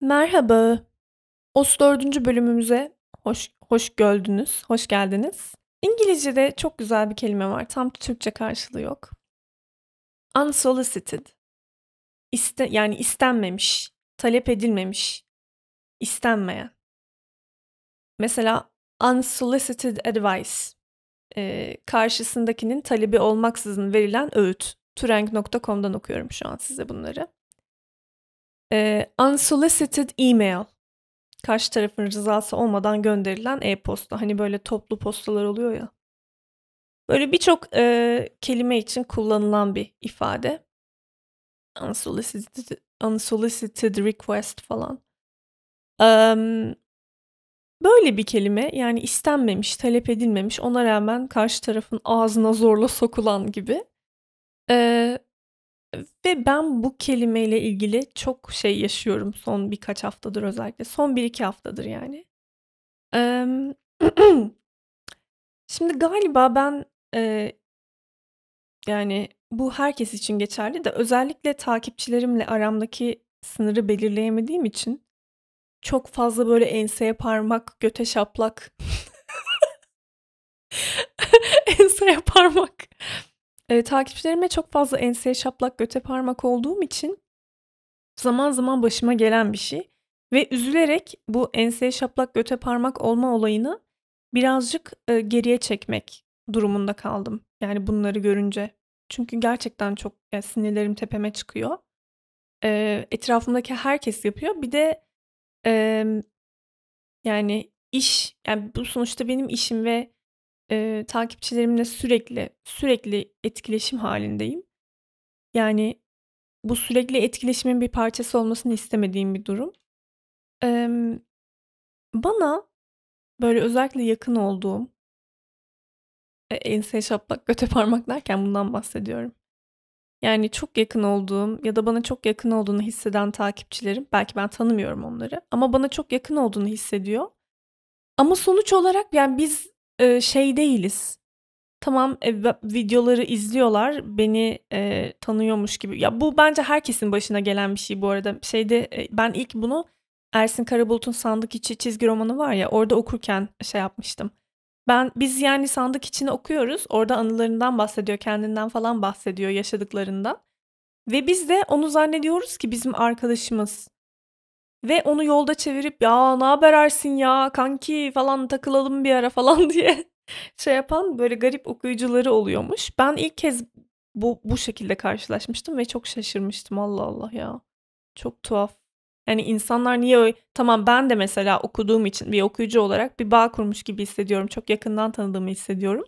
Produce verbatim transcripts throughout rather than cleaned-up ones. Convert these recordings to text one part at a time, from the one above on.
Merhaba. Os dördüncü bölümümüze hoş hoş gördünüz, hoş geldiniz. İngilizce'de çok güzel bir kelime var. Tam Türkçe karşılığı yok. Unsolicited. İste, yani istenmemiş, talep edilmemiş, istenmeyen. Mesela unsolicited advice. Ee, karşısındakinin talebi olmaksızın verilen öğüt. turing nokta com'dan okuyorum şu an size bunları. Ee, unsolicited email. Karşı tarafın rızası olmadan gönderilen e-posta. Hani böyle toplu postalar oluyor ya. Böyle birçok e, kelime için kullanılan bir ifade. Unsolicited, unsolicited request falan. Em, böyle bir kelime, yani istenmemiş, talep edilmemiş, ona rağmen karşı tarafın ağzına zorla sokulan gibi. E, ve ben bu kelimeyle ilgili çok şey yaşıyorum son birkaç haftadır özellikle. Son bir iki haftadır yani. Em, Şimdi galiba ben, eee, yani, bu herkes için geçerli de özellikle takipçilerimle aramdaki sınırı belirleyemediğim için çok fazla böyle enseye parmak, göte şaplak, enseye parmak, eee, takipçilerime çok fazla enseye şaplak, göte parmak olduğum için zaman zaman başıma gelen bir şey ve üzülerek bu enseye şaplak, göte parmak olma olayını birazcık, eee, geriye çekmek durumunda kaldım, yani, bunları görünce. Çünkü gerçekten çok, ya, sinirlerim tepeme çıkıyor. Eee, etrafımdaki herkes yapıyor. Bir de, emm, yani, iş, yani, bu sonuçta benim işim ve, eee, takipçilerimle sürekli, sürekli etkileşim hâlindeyim. Yani, bu sürekli etkileşimin bir parçası olmasını istemediğim bir durum. Emm, bana, böyle, özellikle yakın olduğum, e enseye şaplak, göte parmak derken bundan bahsediyorum. Yani, çok yakın olduğum ya da bana çok yakın olduğunu hisseden takipçilerim, belki ben tanımıyorum onları ama bana çok yakın olduğunu hissediyor. Ama sonuç olarak, yani, biz, eee, şey değiliz. Tamam, eee, ve videoları izliyorlar, beni, eee, tanıyormuş gibi. Ya, bu bence herkesin başına gelen bir şey bu arada. Şeyde, eee, ben ilk bunu Ersin Karabulut'un Sandık İçi çizgi romanı var ya, orada okurken şey yapmıştım. Ben biz, yani, Sandık İçi'ni okuyoruz. Orada anılarından bahsediyor, kendinden falan bahsediyor, yaşadıklarından. Ve biz de onu zannediyoruz ki bizim arkadaşımız. Ve onu yolda çevirip "Ya, naber Ersin ya, kanki falan takılalım bir ara." falan diye şey yapan böyle garip okuyucuları oluyormuş. Ben ilk kez bu bu şekilde karşılaşmıştım ve çok şaşırmıştım. Allah Allah ya. Çok tuhaf. Yani insanlar niye öyle. Tamam, ben de mesela okuduğum için bir okuyucu olarak bir bağ kurmuş gibi hissediyorum. Çok yakından tanıdığımı hissediyorum.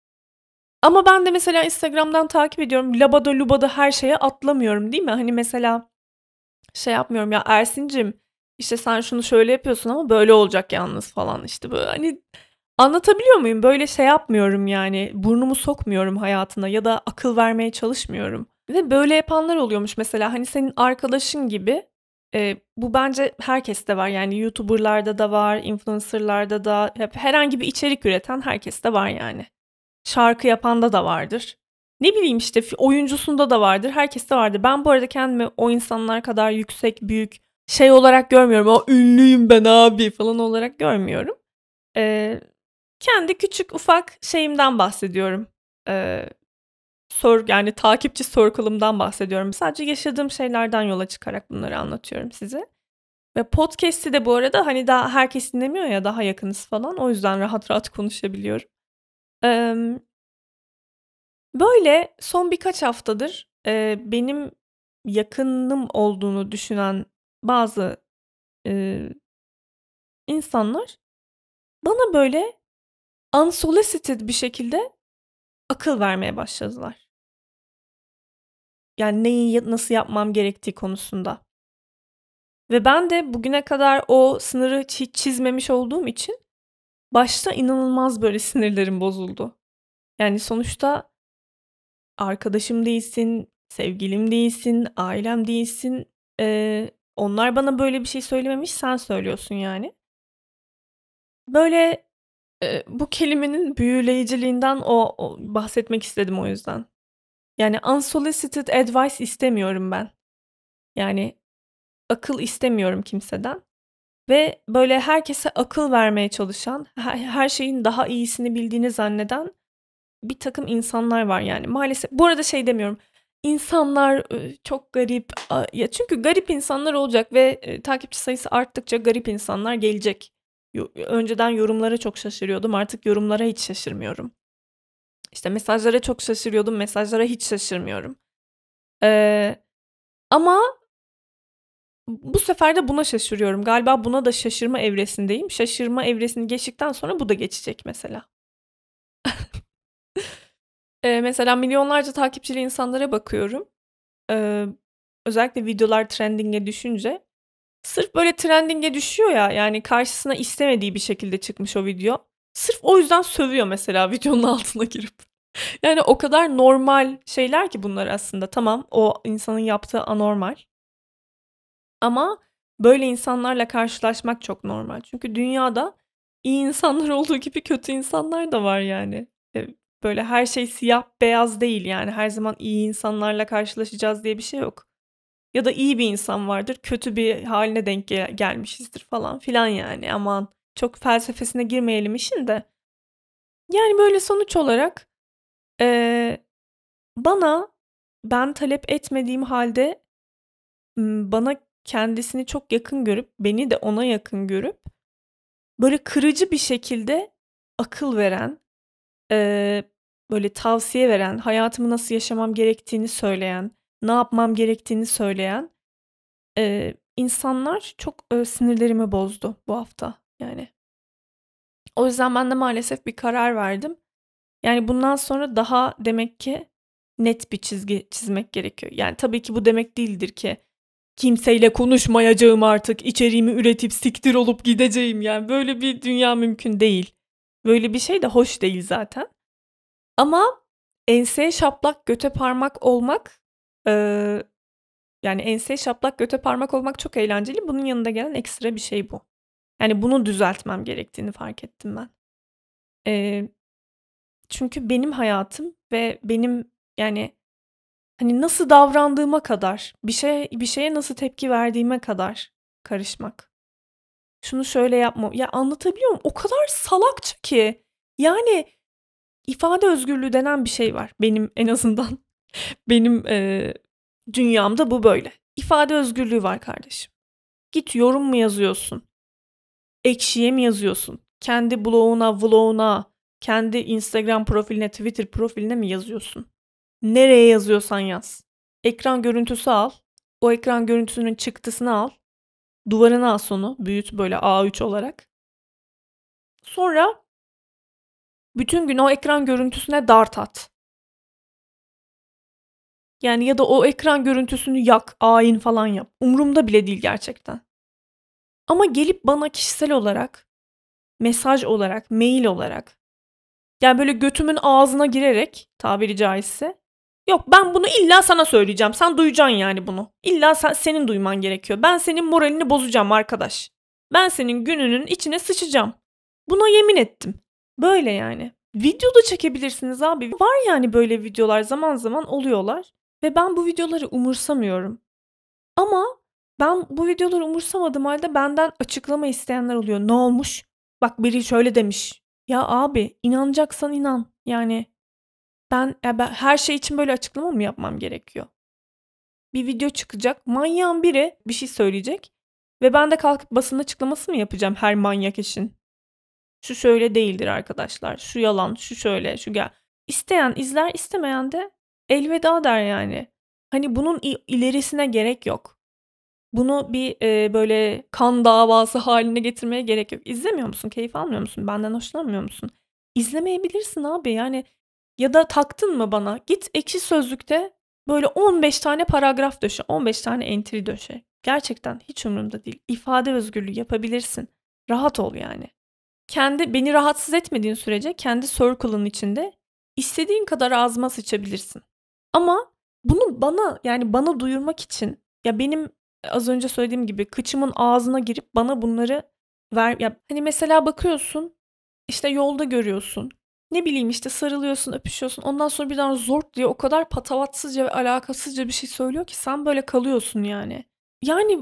Ama ben de mesela Instagram'dan takip ediyorum. Labada lubada her şeye atlamıyorum, değil mi? Hani mesela şey yapmıyorum ya, Ersin'cim işte sen şunu şöyle yapıyorsun ama böyle olacak yalnız falan, işte böyle hani anlatabiliyor muyum? Böyle şey yapmıyorum, yani burnumu sokmuyorum hayatına ya da akıl vermeye çalışmıyorum. Ve böyle yapanlar oluyormuş mesela, hani senin arkadaşın gibi. Eee, bu bence herkeste var, yani YouTuber'larda da var, influencer'larda da, hep herhangi bir içerik üreten herkeste var yani. Şarkı yapanda da vardır. Ne bileyim işte fi oyuncusunda da vardır, herkeste vardır. Ben bu arada kendimi o insanlar kadar yüksek, büyük, şey olarak görmüyorum. "A, ünlüyüm ben abi." falan olarak görmüyorum. Eee, kendi küçük ufak şeyimden bahsediyorum. Eee, sor yani takipçi circle'ımdan bahsediyorum. Sadece yaşadığım şeylerden yola çıkarak bunları anlatıyorum size. Ve podcast'i de bu arada, hani, daha herkes dinlemiyor ya, daha yakınız falan. O yüzden rahat rahat konuşabiliyorum. Emm Böyle, son birkaç haftadır, eee, benim yakınım olduğunu düşünen bazı, eee, insanlar bana böyle unsolicited bir şekilde akıl vermeye başladılar. Yani neyi ya nasıl yapmam gerektiği konusunda. Ve ben de bugüne kadar o sınırı hiç çizmemiş olduğum için başta inanılmaz böyle sinirlerim bozuldu. Yani sonuçta arkadaşım değilsin, sevgilim değilsin, ailem değilsin. Eee, onlar bana böyle bir şey söylememiş, sen söylüyorsun yani. Böyle, eee, bu kelimenin büyüleyiciliğinden o o bahsetmek istedim o yüzden. Yani unsolicited advice istemiyorum ben. Yani akıl istemiyorum kimseden ve böyle herkese akıl vermeye çalışan, her her şeyin daha iyisini bildiğini zanneden birtakım insanlar var yani. Maalesef bu arada şey demiyorum, insanlar, ııı, çok garip, aaa, ya çünkü garip insanlar olacak ve, eee, takipçi sayısı arttıkça garip insanlar gelecek. Yo önceden yorumlara çok şaşırıyordum, artık yorumlara hiç şaşırmıyorum. İşte, mesajlara çok şaşırıyordum, mesajlara hiç şaşırmıyorum. Eee, ama bu sefer de buna şaşırıyorum. Galiba buna da şaşırma evresindeyim. Şaşırma evresini geçtikten sonra bu da geçecek mesela. Eee, mesela milyonlarca takipçili insanlara bakıyorum. Eee, özellikle videolar trending'e düşünce sırf böyle trending'e düşüyor ya, yani karşısına istemediği bir şekilde çıkmış o video. Sırf o yüzden sövüyor mesela videonun altına girip. Yani o kadar normal şeyler ki bunlar aslında. Tamam, o insanın yaptığı anormal. Ama böyle insanlarla karşılaşmak çok normal. Çünkü dünyada iyi insanlar olduğu gibi kötü insanlar da var yani. Eee, böyle her şey siyah beyaz değil yani. Her zaman iyi insanlarla karşılaşacağız diye bir şey yok. Ya da iyi bir insan vardır, kötü bir haline denk ge gelmişizdir falan filan yani. Aman çok felsefesine girmeyelim işin de. Yani böyle sonuç olarak, eee, bana ben talep etmediğim halde ımm, bana kendisini çok yakın görüp, beni de ona yakın görüp, böyle kırıcı bir şekilde akıl veren, eee, böyle tavsiye veren, hayatımı nasıl yaşamam gerektiğini söyleyen, ne yapmam gerektiğini söyleyen, eee, insanlar çok, eee, sinirlerimi bozdu bu hafta yani. O yüzden ben de maalesef bir karar verdim. Yani bundan sonra daha demek ki net bir çizgi çizmek gerekiyor. Yani tabii ki bu demek değildir ki kimseyle konuşmayacağım artık, içeriğimi üretip siktir olup gideceğim yani böyle bir dünya mümkün değil. Böyle bir şey de hoş değil zaten. Ama enseye şaplak göte parmak olmak, eee, yani enseye şaplak göte parmak olmak çok eğlenceli. Bunun yanında gelen ekstra bir şey bu. Yani bunu düzeltmem gerektiğini fark ettim ben. Eee, çünkü benim hayatım ve benim yani hani nasıl davrandığıma kadar, bir şeye bir şeye nasıl tepki verdiğime kadar karışmak. Şunu şöyle yapma. Ya anlatabiliyor muyum? O kadar salakça ki. Yani ifade özgürlüğü denen bir şey var. Benim en azından benim eee, dünyamda bu böyle. İfade özgürlüğü var kardeşim. Git yorum mu yazıyorsun? Ekşiye mi yazıyorsun? Kendi bloguna, vloguna, kendi Instagram profiline, Twitter profiline mi yazıyorsun? Nereye yazıyorsan yaz. Ekran görüntüsü al. O ekran görüntüsünün çıktısını al. Duvarına as onu. Büyüt böyle A üç olarak. Sonra bütün gün o ekran görüntüsüne dart at. Yani ya da o ekran görüntüsünü yak, ayin falan yap. Umurumda bile değil gerçekten. Ama gelip bana kişisel olarak, mesaj olarak, mail olarak, yani böyle götümün ağzına girerek tabiri caizse, yok ben bunu illa sana söyleyeceğim. Sen duyacaksın yani bunu. İlla sen, senin duyman gerekiyor. Ben senin moralini bozacağım arkadaş. Ben senin gününün içine sıçacağım. Buna yemin ettim. Böyle yani. Video da çekebilirsiniz abi. Var yani böyle videolar zaman zaman oluyorlar. Ve ben bu videoları umursamıyorum. Ama ben bu videoları umursamadığım halde benden açıklama isteyenler oluyor. Ne olmuş? Bak biri şöyle demiş. Ya abi inanacaksan inan. Yani ben, ya ben her şey için böyle açıklama mı yapmam gerekiyor? Bir video çıkacak. Manyağın biri bir şey söyleyecek. Ve ben de kalkıp basın açıklaması mı yapacağım her manyak işin? Şu şöyle değildir arkadaşlar. Şu yalan, şu şöyle, şu gel. İsteyen izler, istemeyen de elveda der yani. Hani bunun i- ilerisine gerek yok. Bunu bir e, böyle kan davası haline getirmeye gerek yok. İzlemiyor musun? Keyif almıyor musun? Benden hoşlanmıyor musun? İzlemeyebilirsin abi. Yani ya da taktın mı bana? Git Ekşi Sözlük'te böyle on beş tane paragraf döşe, on beş tane entry döşe. Gerçekten hiç umurumda değil. İfade özgürlüğü yapabilirsin. Rahat ol yani. Kendi beni rahatsız etmediğin sürece kendi circle'ın içinde istediğin kadar ağzıma sıçabilirsin. Ama bunu bana yani bana duyurmak için ya benim az önce söylediğim gibi kıçımın ağzına girip bana bunları ver ya hani mesela bakıyorsun işte yolda görüyorsun. Ne bileyim işte sarılıyorsun, öpüşüyorsun. Ondan sonra birden zort diye o kadar patavatsızca ve alakasızca bir şey söylüyor ki sen böyle kalıyorsun yani. Yani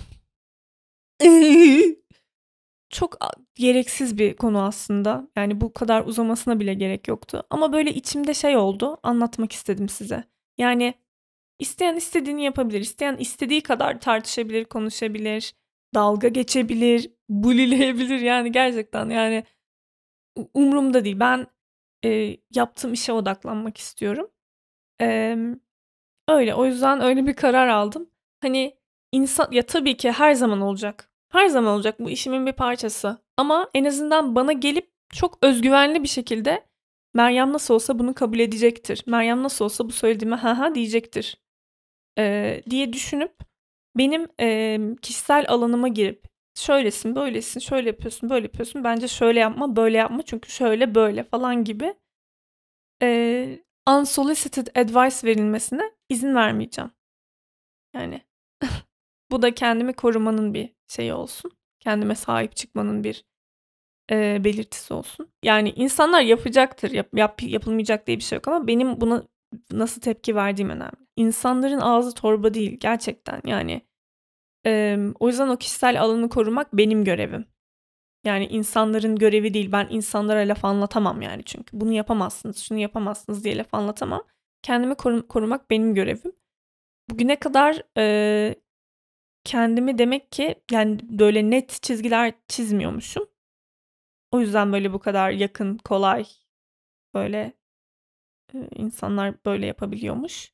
çok a gereksiz bir konu aslında. Yani bu kadar uzamasına bile gerek yoktu ama böyle içimde şey oldu, anlatmak istedim size. Yani isteyen istediğini yapabilir, isteyen istediği kadar tartışabilir, konuşabilir, dalga geçebilir, bulileyebilir yani gerçekten yani u umurumda değil. Ben, eee, yaptığım işe odaklanmak istiyorum. Emm, öyle. O yüzden öyle bir karar aldım. Hani, insan ya, tabii ki her zaman olacak. Her zaman olacak. Bu işimin bir parçası ama en azından bana gelip çok özgüvenli bir şekilde Meryem nasıl olsa bunu kabul edecektir. Meryem nasıl olsa bu söylediğime "ha ha" diyecektir, eee, diye düşünüp benim, emm, kişisel alanıma girip şöylesin, böylesin, şöyle yapıyorsun, böyle yapıyorsun, bence şöyle yapma, böyle yapma çünkü şöyle, böyle falan gibi, eee, unsolicited advice verilmesine izin vermeyeceğim. Yani bu da kendimi korumanın bir şeyi olsun. Kendime sahip çıkmanın bir, eee, belirtisi olsun. Yani insanlar yapacaktır, yap yap yapılmayacak diye bir şey yok ama benim buna nasıl tepki verdiğim önemli. İnsanların ağzı torba değil gerçekten yani. Emm, o yüzden o kişisel alanı korumak benim görevim. Yani insanların görevi değil. Ben insanlara laf anlatamam yani çünkü. Bunu yapamazsınız, şunu yapamazsınız diye laf anlatamam. Kendimi koru korumak benim görevim. Bugüne kadar, eee, kendimi demek ki yani böyle net çizgiler çizmiyormuşum. O yüzden böyle bu kadar yakın, kolay, böyle, eee, insanlar böyle yapabiliyormuş.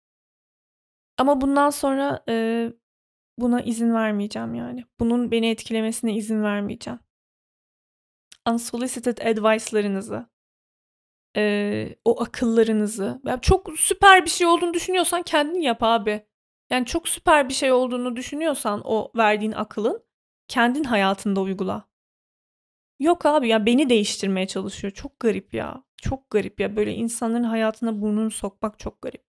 Ama bundan sonra, eee, buna izin vermeyeceğim yani. Bunun beni etkilemesine izin vermeyeceğim. Unsolicited advice'larınızı, eee, o akıllarınızı, ya çok süper bir şey olduğunu düşünüyorsan kendin yap abi. Yani çok süper bir şey olduğunu düşünüyorsan o verdiğin akılın, kendin hayatında uygula. Yok abi ya beni değiştirmeye çalışıyor. Çok garip ya. Çok garip ya. Böyle insanların hayatına burnunu sokmak çok garip.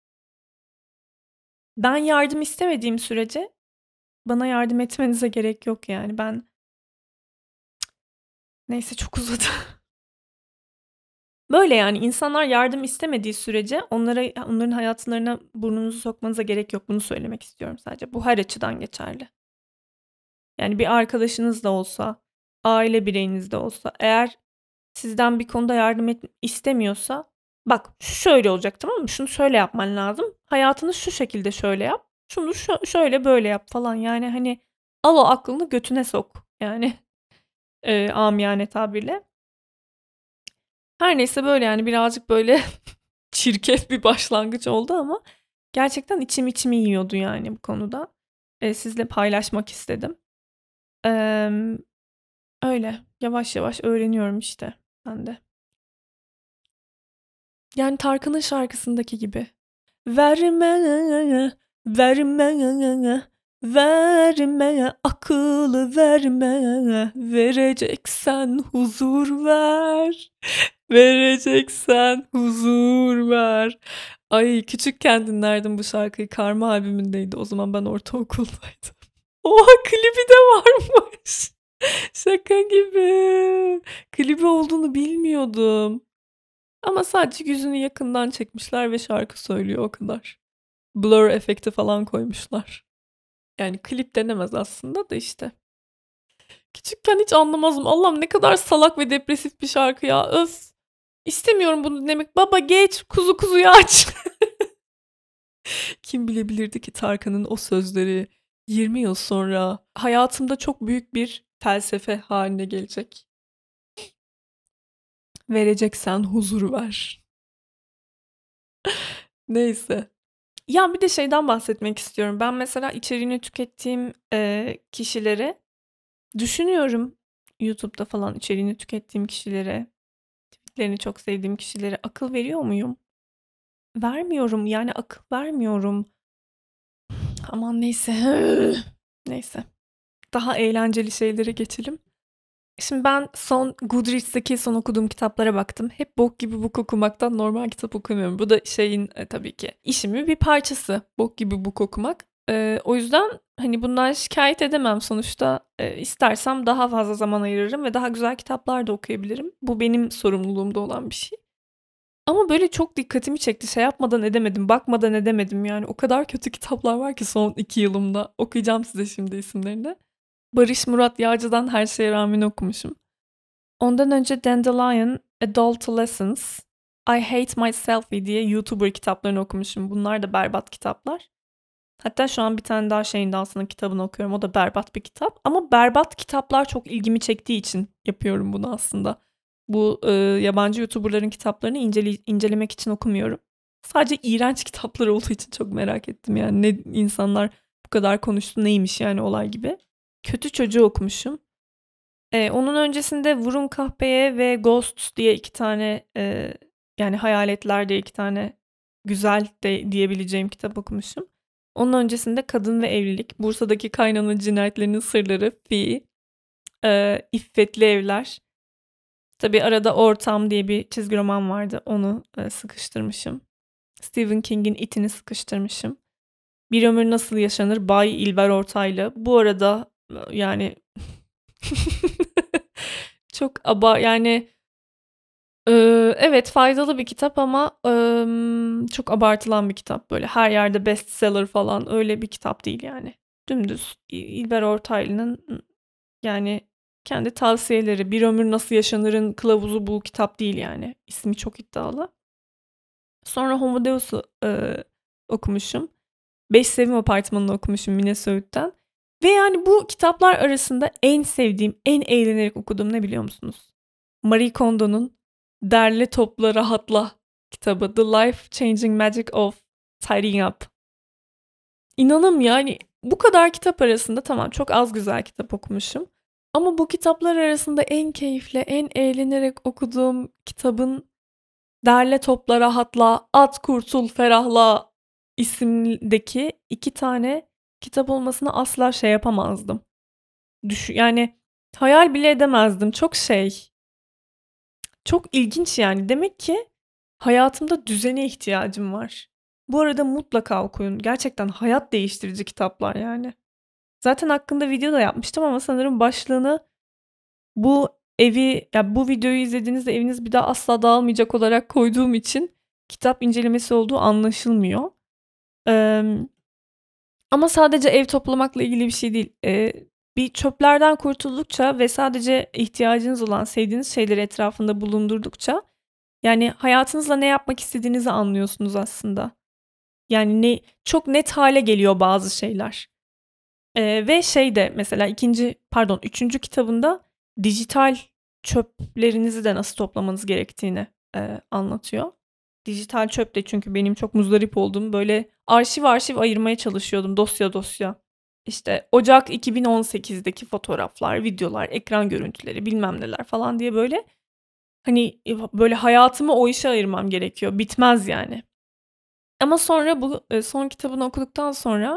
Ben yardım istemediğim sürece bana yardım etmenize gerek yok yani. Ben neyse çok uzadı. Böyle yani insanlar yardım istemediği sürece onlara onların hayatlarına burnunuzu sokmanıza gerek yok. Bunu söylemek istiyorum sadece. Bu her açıdan geçerli. Yani bir arkadaşınız da olsa, aile bireyiniz de olsa eğer sizden bir konuda yardım et istemiyorsa bak şöyle olacak tamam mı? Şunu şöyle yapman lazım. Hayatını şu şekilde şöyle yap. Şunu şu, şöyle böyle yap falan. Yani hani al o aklını götüne sok. Yani e, amiyane tabirle. Her neyse böyle yani birazcık böyle çirkef bir başlangıç oldu ama gerçekten içim içimi yiyordu yani bu konuda. E, sizle paylaşmak istedim. Eee, öyle yavaş yavaş öğreniyorum işte ben de. Yani Tarkan'ın şarkısındaki gibi. Verme, verme, verme, akıllı verme, vereceksen huzur ver, vereceksen huzur ver. Ay küçükken dinlerdim bu şarkıyı. Karma albümündeydi. O zaman ben ortaokuldaydım. Oha klibi de varmış. Şaka gibi. Klibi olduğunu bilmiyordum. Ama sadece yüzünü yakından çekmişler ve şarkı söylüyor o kadar. Blur efekti falan koymuşlar. Yani klip denemez aslında da işte. Küçükken hiç anlamazdım. Allah'ım ne kadar salak ve depresif bir şarkı ya. Öf. İstemiyorum bunu dinlemek. Baba geç kuzu kuzuyu aç. Kim bilebilirdi ki Tarkan'ın o sözleri yirmi yıl sonra hayatımda çok büyük bir felsefe haline gelecek. Vereceksen huzur ver. Neyse. Ya bir de şeyden bahsetmek istiyorum. Ben mesela içeriğini tükettiğim e, kişilere düşünüyorum. YouTube'da falan içeriğini tükettiğim kişilere, tweetlerini çok sevdiğim kişilere akıl veriyor muyum? Vermiyorum yani akıl vermiyorum. Aman neyse. Neyse. Daha eğlenceli şeylere geçelim. Şimdi ben son Goodreads'teki son okuduğum kitaplara baktım. Hep bok gibi bok okumaktan normal kitap okumuyorum. Bu da şeyin e, tabii ki işimin bir parçası. Bok gibi bok okumak. E, o yüzden hani bundan şikayet edemem sonuçta. E, istersem daha fazla zaman ayırırım ve daha güzel kitaplar da okuyabilirim. Bu benim sorumluluğumda olan bir şey. Ama böyle çok dikkatimi çekti. Şey yapmadan edemedim, bakmadan edemedim yani. O kadar kötü kitaplar var ki son iki yılımda. Okuyacağım size şimdi isimlerini. Barış Murat Yağcı'dan Her Şeye Rağmen okumuşum. Ondan önce Dandelion, Adult Lessons, I Hate Myself diye YouTuber kitaplarını okumuşum. Bunlar da berbat kitaplar. Hatta şu an bir tane daha Şeyin Dansı'nın kitabını okuyorum. O da berbat bir kitap. Ama berbat kitaplar çok ilgimi çektiği için yapıyorum bunu aslında. Bu e, yabancı YouTuber'ların kitaplarını incele- incelemek için okumuyorum. Sadece iğrenç kitaplar olduğu için çok merak ettim. Yani ne insanlar bu kadar konuştu, neymiş yani olay gibi. Kötü Çocuğu okumuşum. E, onun öncesinde Vurun Kahpeye ve Ghosts diye iki tane e, yani Hayaletler diye iki tane güzel de diyebileceğim kitap okumuşum. Onun öncesinde Kadın ve Evlilik, Bursa'daki Kaynana Cinayetlerinin Sırları, Fi, e, İffetli Evler. Tabii arada Ortam diye bir çizgi roman vardı. Onu e, sıkıştırmışım. Stephen King'in İtini sıkıştırmışım. Bir Ömür Nasıl Yaşanır, Bay İlber Ortaylı. Bu arada e, yani çok aba yani e, evet faydalı bir kitap ama e, çok abartılan bir kitap, böyle her yerde bestseller falan öyle bir kitap değil yani. Dümdüz İ- İlber Ortaylı'nın yani kendi tavsiyeleri. Bir Ömür Nasıl Yaşanır'ın kılavuzu bu kitap değil yani. İsmi çok iddialı. Sonra Homo Deus'u e, okumuşum. Beş Sevim Apartmanı'nı okumuşum Mine Söğüt'ten. Ve yani bu kitaplar arasında en sevdiğim, en eğlenerek okuduğum ne biliyor musunuz? Marie Kondo'nun Derle Topla Rahatla kitabı. The Life Changing Magic of Tidying Up. İnanın yani bu kadar kitap arasında tamam çok az güzel kitap okumuşum. Ama bu kitaplar arasında en keyifli, en eğlenerek okuduğum kitabın Derle Topla Rahatla, At Kurtul Ferahla isimdeki iki tane kitap olmasını asla şey yapamazdım. Düş yani hayal bile edemezdim. Çok şey, çok ilginç yani. Demek ki hayatımda düzene ihtiyacım var. Bu arada mutlaka okuyun. Gerçekten hayat değiştirici kitaplar yani. Zaten hakkında video da yapmıştım ama sanırım başlığını bu evi, ya bu videoyu izlediğinizde eviniz bir daha asla dağılmayacak olarak koyduğum için kitap incelemesi olduğu anlaşılmıyor. Ee, ama sadece ev toplamakla ilgili bir şey değil. Ee, bir çöplerden kurtuldukça ve sadece ihtiyacınız olan, sevdiğiniz şeyleri etrafında bulundurdukça yani hayatınızla ne yapmak istediğinizi anlıyorsunuz aslında. Yani ne çok net hale geliyor bazı şeyler. Ee, ve şey de mesela ikinci pardon üçüncü kitabında dijital çöplerinizi de nasıl toplamanız gerektiğini e, anlatıyor. Dijital çöp de çünkü benim çok muzdarip olduğum, böyle arşiv arşiv ayırmaya çalışıyordum dosya dosya. İşte Ocak iki bin on sekizdeki fotoğraflar, videolar, ekran görüntüleri bilmem neler falan diye böyle hani böyle hayatımı o işe ayırmam gerekiyor. Bitmez yani. Ama sonra bu e, son kitabını okuduktan sonra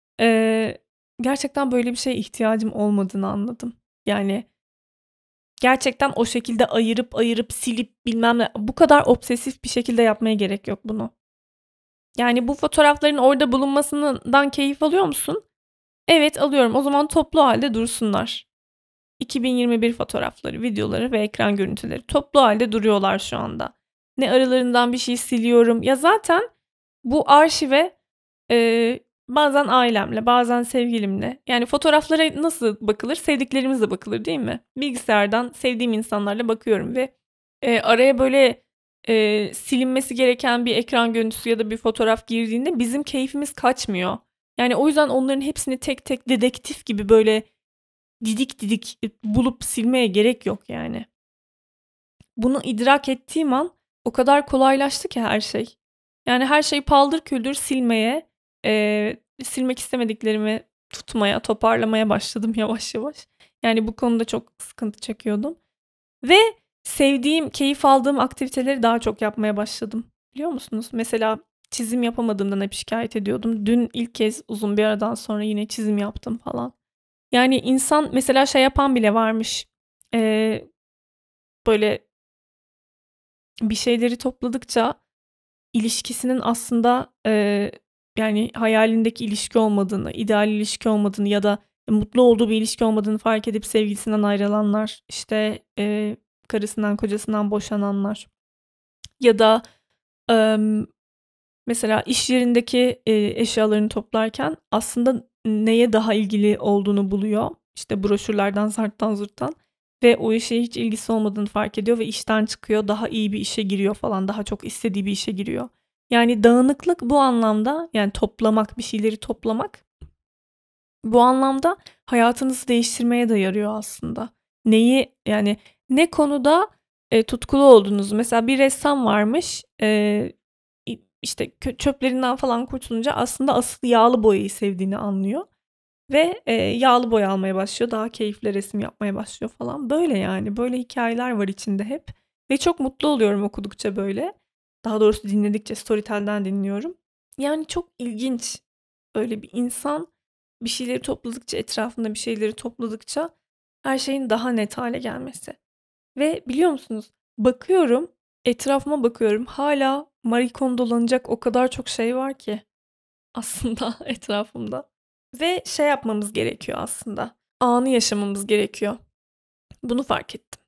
e, gerçekten böyle bir şeye ihtiyacım olmadığını anladım. Yani gerçekten o şekilde ayırıp ayırıp silip bilmem ne, bu kadar obsesif bir şekilde yapmaya gerek yok bunu. Yani bu fotoğrafların orada bulunmasından keyif alıyor musun? Evet alıyorum. O zaman toplu halde dursunlar. iki bin yirmi bir fotoğrafları, videoları ve ekran görüntüleri toplu halde duruyorlar şu anda. Ne aralarından bir şey siliyorum. Ya zaten bu arşive e, bazen ailemle, bazen sevgilimle. Yani fotoğraflara nasıl bakılır? Sevdiklerimizle bakılır değil mi? Bilgisayardan sevdiğim insanlarla bakıyorum ve e, araya böyle e, silinmesi gereken bir ekran görüntüsü ya da bir fotoğraf girdiğinde bizim keyfimiz kaçmıyor. Yani o yüzden onların hepsini tek tek dedektif gibi böyle didik didik bulup silmeye gerek yok yani. Bunu idrak ettiğim an o kadar kolaylaştı ki her şey. Yani her şeyi paldır küldür silmeye, e, silmek istemediklerimi tutmaya, toparlamaya başladım yavaş yavaş. Yani bu konuda çok sıkıntı çekiyordum. Ve sevdiğim, keyif aldığım aktiviteleri daha çok yapmaya başladım. Biliyor musunuz? Mesela çizim yapamadığımdan hep şikayet ediyordum. Dün ilk kez uzun bir aradan sonra yine çizim yaptım falan. Yani insan mesela şey yapan bile varmış. Ee, böyle bir şeyleri topladıkça ilişkisinin aslında e, yani hayalindeki ilişki olmadığını, ideal ilişki olmadığını ya da mutlu olduğu bir ilişki olmadığını fark edip sevgilisinden ayrılanlar, işte e, karısından kocasından boşananlar. Ya da, emm, mesela iş yerindeki, eee, eşyalarını toplarken aslında neye daha ilgili olduğunu buluyor. İşte broşürlerden, zarttan zurttan ve o işe hiç ilgisi olmadığını fark ediyor ve işten çıkıyor, daha iyi bir işe giriyor falan, daha çok istediği bir işe giriyor. Yani dağınıklık bu anlamda, yani toplamak, bir şeyleri toplamak bu anlamda hayatınızı değiştirmeye de yarıyor aslında. Neyi, yani ne konuda, eee, tutkulu olduğunuzu, mesela bir ressam varmış, eee, i işte kö çöplerinden falan kurtulunca aslında asıl yağlı boyayı sevdiğini anlıyor ve, eee, yağlı boya almaya başlıyor. Daha keyifle resim yapmaya başlıyor falan. Böyle yani, böyle hikâyeler var içinde hep ve çok mutlu oluyorum okudukça böyle. Daha doğrusu dinledikçe, Storytel'den dinliyorum. Yani çok ilginç. Böyle bir insan bir şeyleri topladıkça, etrafında bir şeyleri topladıkça her şeyin daha net hâle gelmesi ve biliyor musunuz, bakıyorum, etrafıma bakıyorum, hâlâ Marie Kondo'lanacak o kadar çok şey var ki aslında etrafımda ve şey yapmamız gerekiyor aslında, anı yaşamamız gerekiyor. Bunu fark ettim.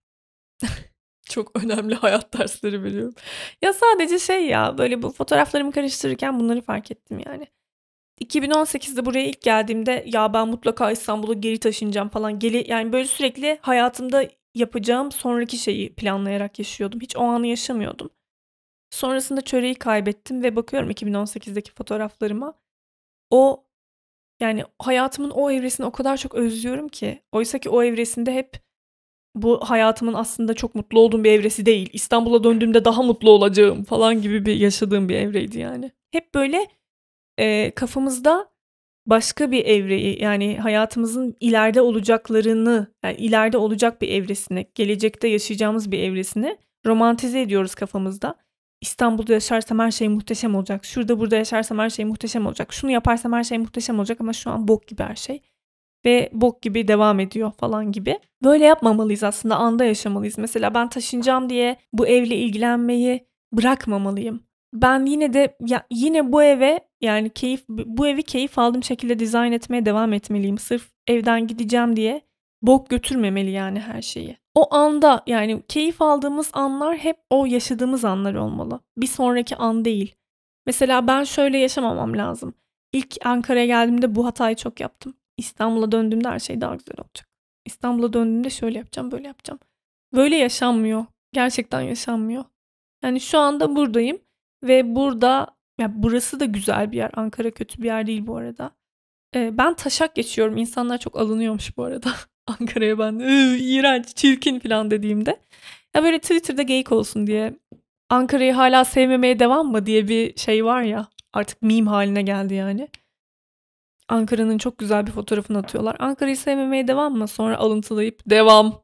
Çok önemli hayat dersleri veriyorum. Ya, sadece şey ya, böyle bu fotoğraflarımı karıştırırken bunları fark ettim yani. iki bin on sekizde buraya ilk geldiğimde, "Ya, ben mutlaka İstanbul'a geri taşınacağım." falan, geri yani, böyle, sürekli hayatımda yapacağım sonraki şeyi planlayarak yaşıyordum. Hiç o anı yaşamıyordum. Sonrasında çöreği kaybettim ve bakıyorum iki bin on sekizdeki fotoğraflarıma. O, yani, hayatımın o evresini o kadar çok özlüyorum ki. Oysaki o evresinde hep bu hayatımın aslında çok mutlu olduğum bir evresi değil, İstanbul'a döndüğümde daha mutlu olacağım falan gibi bir yaşadığım bir evreydi yani. Hep böyle, eee, kafamızda başka bir evreyi, yani hayatımızın ileride olacaklarını, yani ileride olacak bir evresini, gelecekte yaşayacağımız bir evresini romantize ediyoruz kafamızda. İstanbul'da yaşarsam her şey muhteşem olacak, şurada burada yaşarsam her şey muhteşem olacak, şunu yaparsam her şey muhteşem olacak ama şu an bok gibi her şey ve bok gibi devam ediyor falan gibi. Böyle yapmamalıyız aslında, anda yaşamalıyız. Mesela ben taşınacağım diye bu evle ilgilenmeyi bırakmamalıyım. Ben yine de ya yine bu eve, yani keyif bu evi keyif aldığım şekilde dizayn etmeye devam etmeliyim. Sırf evden gideceğim diye bok götürmemeli yani her şeyi. O anda, yani keyif aldığımız anlar hep o yaşadığımız anlar olmalı. Bir sonraki an değil. Mesela ben şöyle yaşamamam lazım. İlk Ankara'ya geldiğimde bu hatayı çok yaptım. İstanbul'a döndüğümde her şey daha güzel olacak. İstanbul'a döndüğümde şöyle yapacağım, böyle yapacağım. Böyle yaşanmıyor. Gerçekten yaşanmıyor. Yani şu anda buradayım ve burada, ya burası da güzel bir yer. Ankara kötü bir yer değil bu arada. Eee, ben taşak geçiyorum. İnsanlar çok alınıyormuş bu arada. Ankara'ya ben, "Iıı, iğrenç, çirkin." falan dediğimde. Ya böyle Twitter'da geyik olsun diye, "Ankara'yı hala sevmemeye devam mı?" diye bir şey var ya, artık meme haline geldi yani. Ankara'nın çok güzel bir fotoğrafını atıyorlar. "Ankara'yı sevmemeye devam mı?" Sonra alıntılayıp "Devam."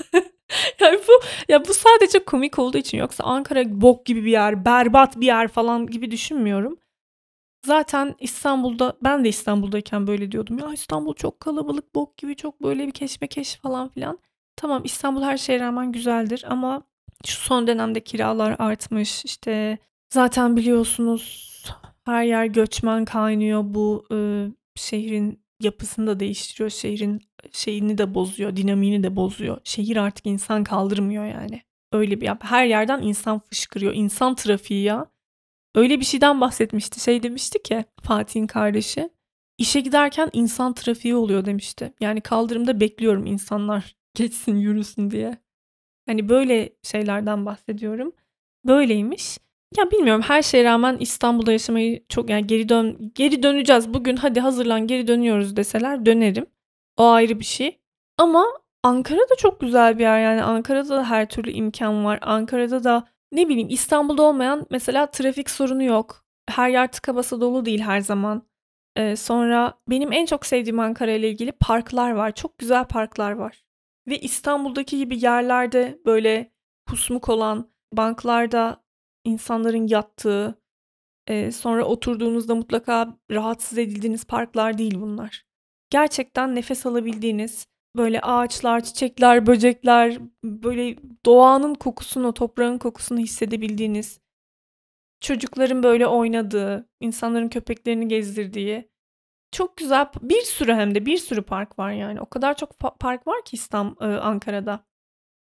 Yani bu ya bu sadece komik olduğu için, yoksa Ankara bok gibi bir yer, berbat bir yer falan gibi düşünmüyorum. Zaten İstanbul'da, ben de İstanbul'dayken böyle diyordum. "Ya, İstanbul çok kalabalık, bok gibi, çok böyle bir keşmekeş." falan filan. Tamam, İstanbul her şeye rağmen güzeldir ama şu son dönemde kiralar artmış. İşte, zaten biliyorsunuz her yer göçmen kaynıyor. Bu, ııı, şehrin yapısını da değiştiriyor. Şehrin şeyini de bozuyor, dinamiğini de bozuyor. Şehir artık insan kaldırmıyor yani. Öyle bir ya, her yerden insan fışkırıyor. İnsan trafiği ya. Öyle bir şeyden bahsetmişti. Şey demişti ki, Fatih'in kardeşi, "İşe giderken insan trafiği oluyor." demişti. Yani kaldırımda bekliyorum insanlar geçsin, yürüsün diye. Hani böyle şeylerden bahsediyorum. Böyleymiş. Ya bilmiyorum, her şeye rağmen İstanbul'da yaşamayı çok, yani geri dön geri döneceğiz. Bugün hadi hazırlan geri dönüyoruz deseler dönerim. O ayrı bir şey. Ama Ankara da çok güzel bir yer. Yani Ankara'da da her türlü imkan var. Ankara'da da ne bileyim, İstanbul'da olmayan mesela trafik sorunu yok. Her yer tıka basa dolu değil her zaman. Eee, sonra benim en çok sevdiğim Ankara ile ilgili parklar var. Çok güzel parklar var. Ve İstanbul'daki gibi yerlerde böyle kusmuk olan banklarda insanların yattığı, eee, sonra oturduğunuzda mutlaka rahatsız edildiğiniz parklar değil bunlar. Gerçekten nefes alabildiğiniz, böyle ağaçlar, çiçekler, böcekler, böyle doğanın kokusunu, toprağın kokusunu hissedebildiğiniz, çocukların böyle oynadığı, insanların köpeklerini gezdirdiği çok güzel, bir sürü, hem de bir sürü park var yani. O kadar çok pa park var ki İstam eee, Ankara'da.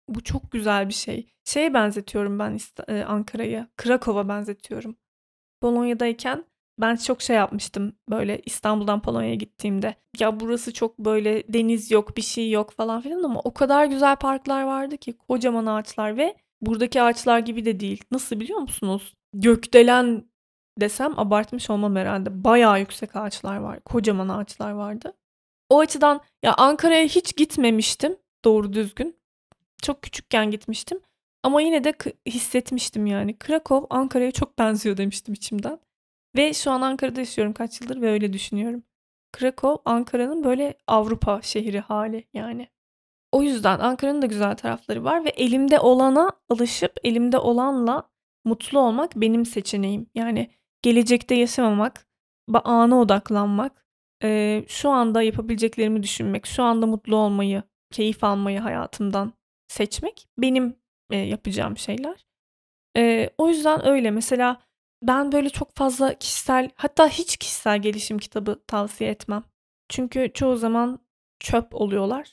Bu çok güzel bir şey. Şeye benzetiyorum ben İsta eee, Ankara'yı, Krakow'a benzetiyorum. Polonya'dayken ben çok şey yapmıştım, böyle, İstanbul'dan Polonya'ya gittiğimde. Ya, burası çok, böyle, deniz yok, bir şey yok falan filan ama o kadar güzel parklar vardı ki kocaman ağaçlar ve buradaki ağaçlar gibi de değil. Nasıl biliyor musunuz? Gökdelen desem abartmış olmam herhâlde. Bayağı yüksek ağaçlar var, kocaman ağaçlar vardı. O açıdan ya, Ankara'ya hiç gitmemiştim doğru düzgün. Çok küçükken gitmiştim ama yine de kı hissetmiştim yani. Krakow Ankara'ya çok benziyor demiştim içimden ve şu an Ankara'da yaşıyorum kaç yıldır ve öyle düşünüyorum. Krakow Ankara'nın böyle Avrupa şehri hâli yani. O yüzden Ankara'nın da güzel tarafları var ve elimde olana alışıp elimde olanla mutlu olmak benim seçeneğim. Yani gelecekte yaşamamak, ba ana odaklanmak, eee, şu anda yapabileceklerimi düşünmek, şu anda mutlu olmayı, keyif almayı hayatımdan seçmek benim, eee, yapacağım şeyler. Eee, o yüzden öyle. Mesela ben böyle çok fazla kişisel hatta hiç kişisel gelişim kitabı tavsiye etmem. Çünkü çoğu zaman çöp oluyorlar.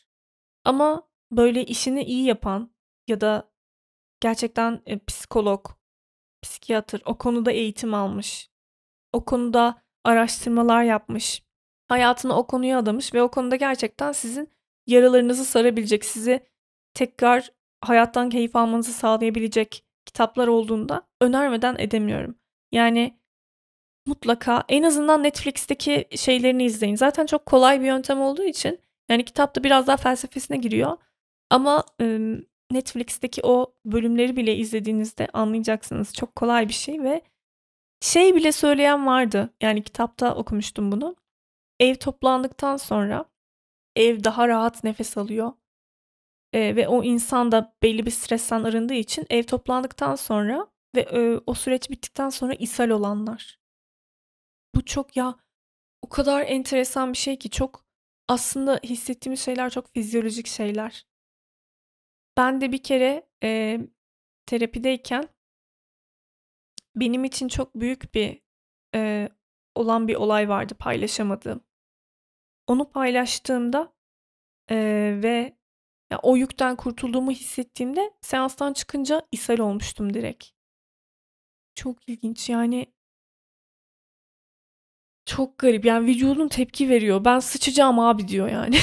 Ama böyle işini iyi yapan ya da gerçekten, eee, psikolog, psikiyatr, o konuda eğitim almış, o konuda araştırmalar yapmış, hayatını o konuya adamış ve o konuda gerçekten sizin yaralarınızı sarabilecek, sizi tekrar hayattan keyif almanızı sağlayabilecek kitaplar olduğunda önermeden edemiyorum. Yani mutlaka en azından Netflix'teki şeylerini izleyin. Zaten çok kolay bir yöntem olduğu için yani kitap da biraz daha felsefesine giriyor ama, ımm, Netflix'teki o bölümleri bile izlediğinizde anlayacaksınız. Çok kolay bir şey ve şey bile söyleyen vardı, yani kitapta okumuştum bunu. Ev toplandıktan sonra ev daha rahat nefes alıyor, eee, ve o insan da belli bir stresten arındığı için ev toplandıktan sonra ve, eee, o süreç bittikten sonra ishal olanlar. Bu çok ya o kadar enteresan bir şey ki çok aslında hissettiğimiz şeyler çok fizyolojik şeyler. Ben de bir kere, eee, terapideyken benim için çok büyük bir, eee, olan bir olay vardı paylaşamadığım. Onu paylaştığımda, eee, ve ya, o yükten kurtulduğumu hissettiğimde seanstan çıkınca ishal olmuştum direkt. Çok ilginç, yani çok garip, yani vücudum tepki veriyor. "Ben sıçacağım abi." diyor yani.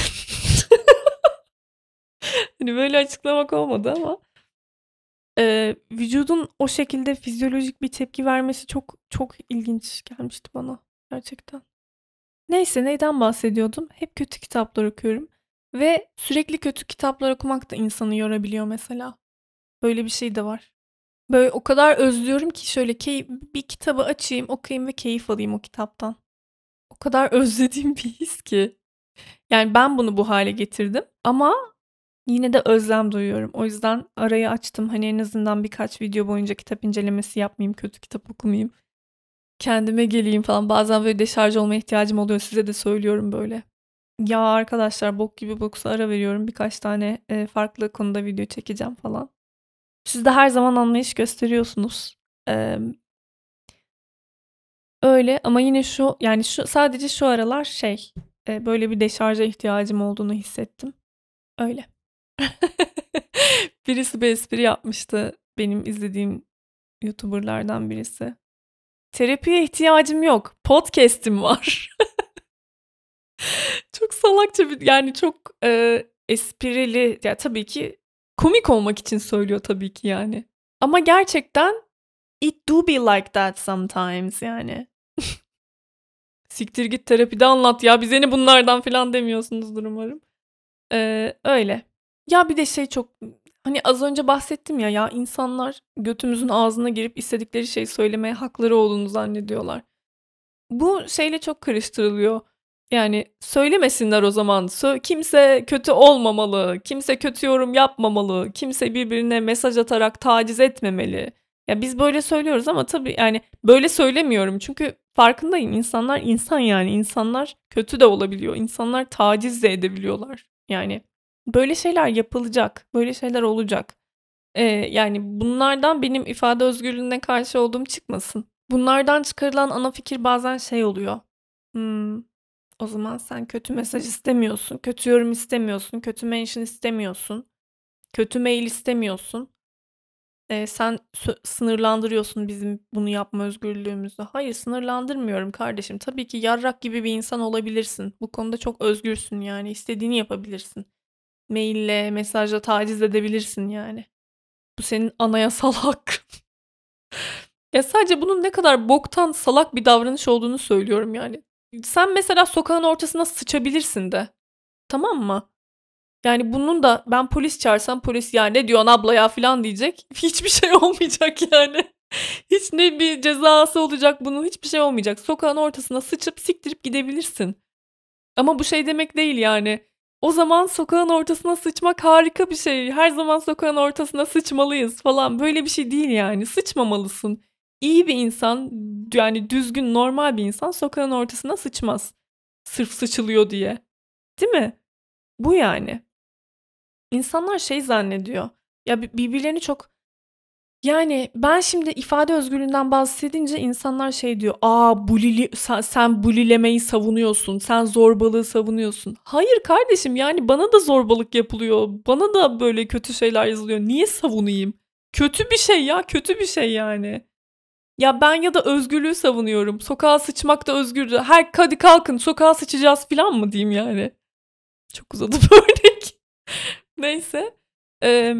Hani, böyle açıklamak olmadı ama, eee, vücudun o şekilde fizyolojik bir tepki vermesi çok çok ilginç gelmişti bana gerçekten. Neyse, neyden bahsediyordum? Hep kötü kitaplar okuyorum ve sürekli kötü kitaplar okumak da insanı yorabiliyor mesela. Böyle bir şey de var. Böyle o kadar özlüyorum ki şöyle key bir kitabı açayım, okuyayım ve keyif alayım o kitaptan. O kadar özlediğim bir his ki. Yani ben bunu bu hâle getirdim ama yine de özlem duyuyorum. O yüzden arayı açtım. Hani, en azından birkaç video boyunca kitap incelemesi yapmayayım, kötü kitap okumayayım, kendime geleyim falan. Bazen böyle deşarj olmaya ihtiyacım oluyor. Size de söylüyorum böyle. Ya, arkadaşlar bok gibi boksa ara veriyorum. Birkaç tane, eee, farklı konuda video çekeceğim falan. Siz de her zaman anlayış gösteriyorsunuz. Emm, öyle ama yine şu, yani, şu sadece şu aralar şey, eee, böyle bir deşarja ihtiyacım olduğunu hissettim. Öyle. Birisi bir espri yapmıştı, benim izlediğim YouTuber'lardan birisi. "Terapiye ihtiyacım yok, podcast'im var." Çok salakça bir yani çok, eee, esprili ya, tabii ki komik olmak için söylüyor tabii ki yani. Ama gerçekten it do be like that sometimes yani. "Siktir git terapide anlat ya, bize ne bunlardan?" filan demiyorsunuzdur umarım. Eee, öyle. Ya, bir de şey çok, hani, az önce bahsettim ya, ya, insanlar götümüzün ağzına girip istedikleri şeyi söylemeye hakları olduğunu zannediyorlar. Bu şeyle çok karıştırılıyor. Yani, söylemesinler o zaman. Sö kimse kötü olmamalı, kimse kötü yorum yapmamalı, kimse birbirine mesaj atarak taciz etmemeli. Ya, biz böyle söylüyoruz ama tabii, yani, böyle söylemiyorum çünkü farkındayım. İnsanlar insan, yani. İnsanlar kötü de olabiliyor. İnsanlar taciz de edebiliyorlar. Yani, böyle şeyler yapılacak, böyle şeyler olacak. Eee, yani, bunlardan benim ifade özgürlüğüne karşı olduğum çıkmasın. Bunlardan çıkarılan ana fikir bazen şey oluyor. Hımm, o zaman sen kötü mesaj istemiyorsun, kötü yorum istemiyorsun, kötü mention istemiyorsun. Kötü mail istemiyorsun. Eee, sen sö sınırlandırıyorsun bizim bunu yapma özgürlüğümüzü. Hayır, sınırlandırmıyorum kardeşim. Tabii ki yarrak gibi bir insan olabilirsin. Bu konuda çok özgürsün yani. İstediğini yapabilirsin. Maille, mesajla taciz edebilirsin yani. Bu senin anayasal hakkın. Ya, sadece bunun ne kadar boktan, salak bir davranış olduğunu söylüyorum yani. Sen mesela sokağın ortasına sıçabilirsin de. Tamam mı? Yani bunun da ben polis çağırsam polis "Ya, ne diyorsun abla ya?" falan diyecek. Hiçbir şey olmayacak yani. Hiç ne bir cezası olacak bunun, hiçbir şey olmayacak. Sokağın ortasına sıçıp siktirip gidebilirsin. Ama bu şey demek değil yani. O zaman sokağın ortasına sıçmak harika bir şey. Her zaman sokağın ortasına sıçmalıyız falan. Böyle bir şey değil yani. Sıçmamalısın. İyi bir insan, yani düzgün, normal bir insan sokağın ortasına sıçmaz. Sırf sıçılıyor diye. Değil mi? Bu yani. İnsanlar şey zannediyor. Ya bi- birbirlerini çok yani ben şimdi ifade özgürlüğünden bahsedince insanlar şey diyor. Aa bulili, sen, sen bulilemeyi savunuyorsun. Sen zorbalığı savunuyorsun. Hayır kardeşim yani bana da zorbalık yapılıyor. Bana da böyle kötü şeyler yazılıyor. Niye savunayım? Kötü bir şey ya, kötü bir şey yani. Ya ben ya da özgürlüğü savunuyorum. Sokağa sıçmak da özgürdü. Her hadi kalkın sokağa sıçacağız falan mı diyeyim yani. Çok uzadı bu örnek. Neyse. Ee,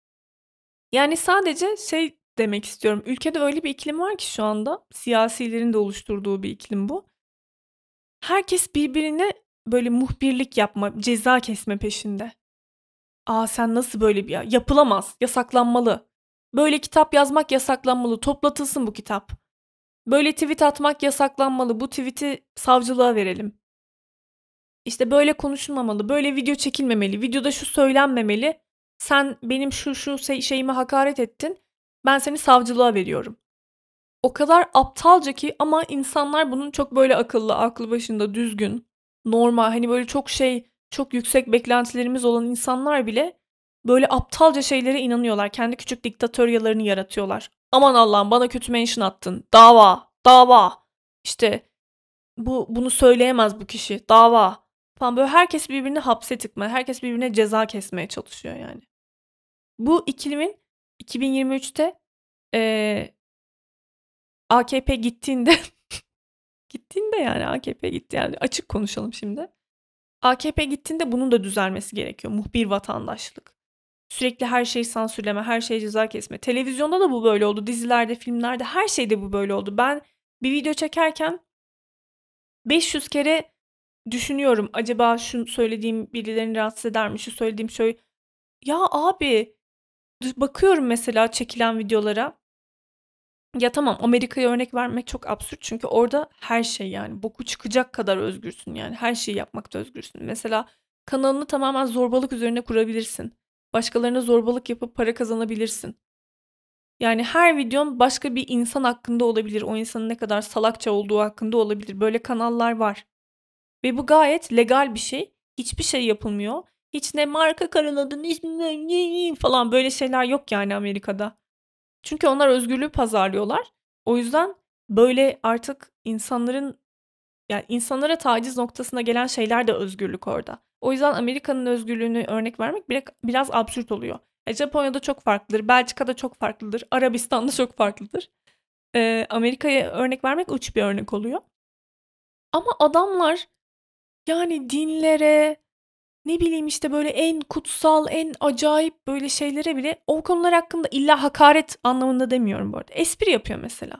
Yani sadece şey demek istiyorum. Ülkede öyle bir iklim var ki şu anda. Siyasilerin de oluşturduğu bir iklim bu. Herkes birbirine böyle muhbirlik yapma, ceza kesme peşinde. Aa sen nasıl böyle bir ya? Yapılamaz, yasaklanmalı. Böyle kitap yazmak yasaklanmalı, toplatılsın bu kitap. Böyle tweet atmak yasaklanmalı, bu tweet'i savcılığa verelim. İşte böyle konuşulmamalı, böyle video çekilmemeli, videoda şu söylenmemeli. Sen benim şu şu se- şeyime hakaret ettin. Ben seni savcılığa veriyorum. O kadar aptalca ki ama insanlar bunun çok böyle akıllı, aklı başında, düzgün, normal hani böyle çok şey, çok yüksek beklentilerimiz olan insanlar bile böyle aptalca şeylere inanıyorlar. Kendi küçük diktatöryalarını yaratıyorlar. Aman Allah'ım bana kötü mention attın. Dava, dava. İşte bu bunu söyleyemez bu kişi. Dava. Falan böyle herkes birbirini hapse tıkma, herkes birbirine ceza kesmeye çalışıyor yani. Bu ikilimin iki bin yirmi üçte eee A K P gittiğinde gittiğinde yani A K P gitti yani açık konuşalım şimdi. A K P gittiğinde bunun da düzelmesi gerekiyor. Muhbir vatandaşlık. Sürekli her şeyi sansürleme, her şeye ceza kesme. Televizyonda da bu böyle oldu. Dizilerde, filmlerde her şeyde bu böyle oldu. Ben bir video çekerken beş yüz kere düşünüyorum. Acaba şu söylediğim birilerini rahatsız eder mi? Şu söylediğim şey. Ya abi bakıyorum mesela çekilen videolara. Ya tamam Amerika'ya örnek vermek çok absürt çünkü orada her şey yani boku çıkacak kadar özgürsün yani her şeyi yapmakta özgürsün. Mesela kanalını tamamen zorbalık üzerine kurabilirsin. Başkalarına zorbalık yapıp para kazanabilirsin. Yani her videon başka bir insan hakkında olabilir. O insanın ne kadar salakça olduğu hakkında olabilir. Böyle kanallar var. Ve bu gayet legal bir şey. Hiçbir şey yapılmıyor. Hiç ne marka karaladın, ismi falan böyle şeyler yok yani Amerika'da. Çünkü onlar özgürlüğü pazarlıyorlar. O yüzden böyle artık insanların yani insanlara taciz noktasına gelen şeyler de özgürlük orada. O yüzden Amerika'nın özgürlüğünü örnek vermek biraz, biraz absürt oluyor. E, Japonya'da çok farklıdır, Belçika'da çok farklıdır, Arabistan'da çok farklıdır. E, Amerika'ya örnek vermek uç bir örnek oluyor. Ama adamlar yani dinlere, ne bileyim işte böyle en kutsal, en acayip böyle şeylere bile o konular hakkında illa hakaret anlamında demiyorum bu arada. Espri yapıyor mesela.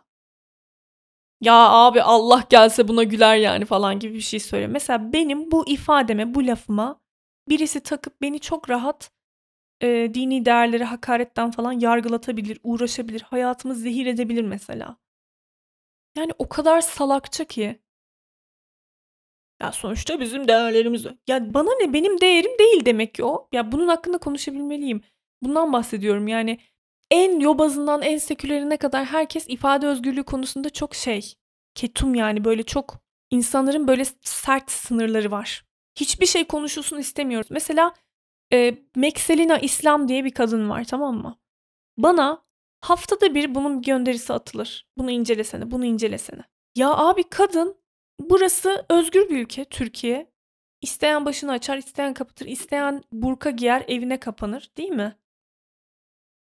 Ya abi Allah gelse buna güler yani falan gibi bir şey söylüyor. Mesela benim bu ifademe, bu lafıma birisi takıp beni çok rahat e, dini değerlere hakaretten falan yargılatabilir, uğraşabilir, hayatımı zehir edebilir mesela. Yani o kadar salakça ki. Ya sonuçta bizim değerlerimiz o. Ya bana ne benim değerim değil demek ki o. Ya bunun hakkında konuşabilmeliyim. Bundan bahsediyorum yani en yobazından en sekülerine kadar herkes ifade özgürlüğü konusunda çok şey. Ketum yani böyle çok insanların böyle sert sınırları var. Hiçbir şey konuşulsun istemiyoruz. Mesela e, Mekselina İslam diye bir kadın var tamam mı? Bana haftada bir bunun gönderisi atılır. Bunu incelesene, bunu incelesene. Ya abi kadın burası özgür bir ülke Türkiye. İsteyen başını açar, isteyen kapatır, isteyen burka giyer, evine kapanır değil mi?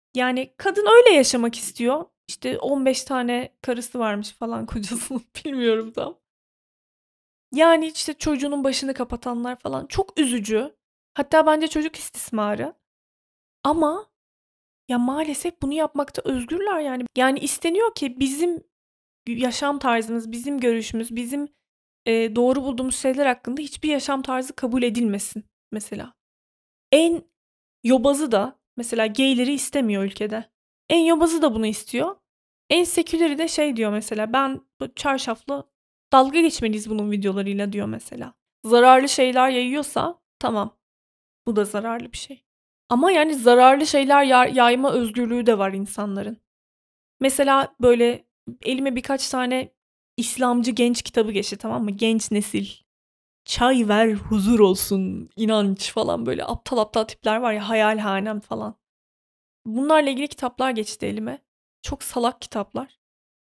Yani kadın öyle yaşamak istiyor. İşte on beş tane karısı varmış falan kocasının bilmiyorum tam. Yani işte çocuğunun başını kapatanlar falan çok üzücü. Hatta bence çocuk istismarı. Ama ya maalesef bunu yapmakta özgürler yani. Yani isteniyor ki bizim yaşam tarzımız, bizim görüşümüz, bizim e, doğru bulduğumuz şeyler hakkında hiçbir yaşam tarzı kabul edilmesin mesela. En yobazı da mesela gayleri istemiyor ülkede. En yobazı da bunu istiyor. En seküleri de şey diyor mesela, ben bu çarşaflı dalga geçmeliyiz bunun videolarıyla diyor mesela. Zararlı şeyler yayıyorsa tamam, bu da zararlı bir şey. Ama yani zararlı şeyler yay- yayma özgürlüğü de var insanların. Mesela böyle elime birkaç tane İslamcı genç kitabı geçti, tamam mı? Genç nesil. Çay ver huzur olsun, inanç falan, böyle aptal aptal tipler var ya, hayalhanem falan. Bunlarla ilgili kitaplar geçti elime. Çok salak kitaplar.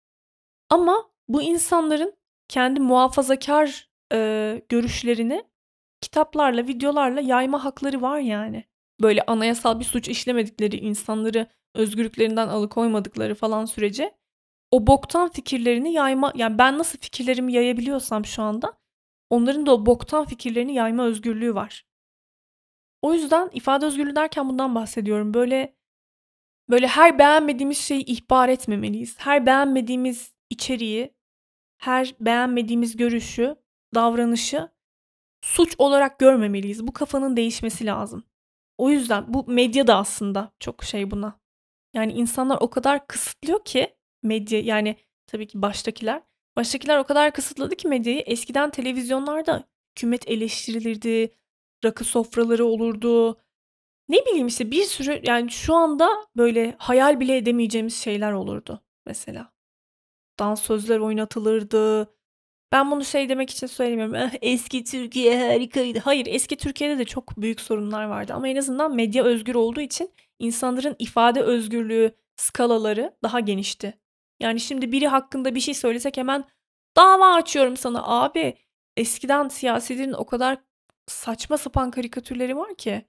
Ama bu insanların kendi muhafazakar e, görüşlerini kitaplarla, videolarla yayma hakları var yani. Böyle anayasal bir suç işlemedikleri, insanları özgürlüklerinden alıkoymadıkları falan sürece o boktan fikirlerini yayma, yani ben nasıl fikirlerimi yayabiliyorsam şu anda, onların da o boktan fikirlerini yayma özgürlüğü var. O yüzden ifade özgürlüğü derken bundan bahsediyorum. Böyle böyle her beğenmediğimiz şeyi ihbar etmemeliyiz. Her beğenmediğimiz içeriği, her beğenmediğimiz görüşü, davranışı suç olarak görmemeliyiz. Bu kafanın değişmesi lazım. O yüzden bu medya da aslında çok şey buna. Yani insanlar o kadar kısıtlıyor ki medya, yani tabii ki baştakiler. Baştakiler o kadar kısıtladı ki medyayı. Eskiden televizyonlarda hükümet eleştirilirdi, rakı sofraları olurdu. Ne bileyim işte bir sürü, yani şu anda böyle hayal bile edemeyeceğimiz şeyler olurdu mesela. Dansözler oynatılırdı. Ben bunu şey demek için söylemiyorum. "Ah, eski Türkiye harikaydı." Hayır, eski Türkiye'de de çok büyük sorunlar vardı. Ama en azından medya özgür olduğu için insanların ifade özgürlüğü skalaları daha genişti. Yani şimdi biri hakkında bir şey söylesek hemen dava açıyorum sana abi. Eskiden siyasilerin o kadar saçma sapan karikatürleri var ki.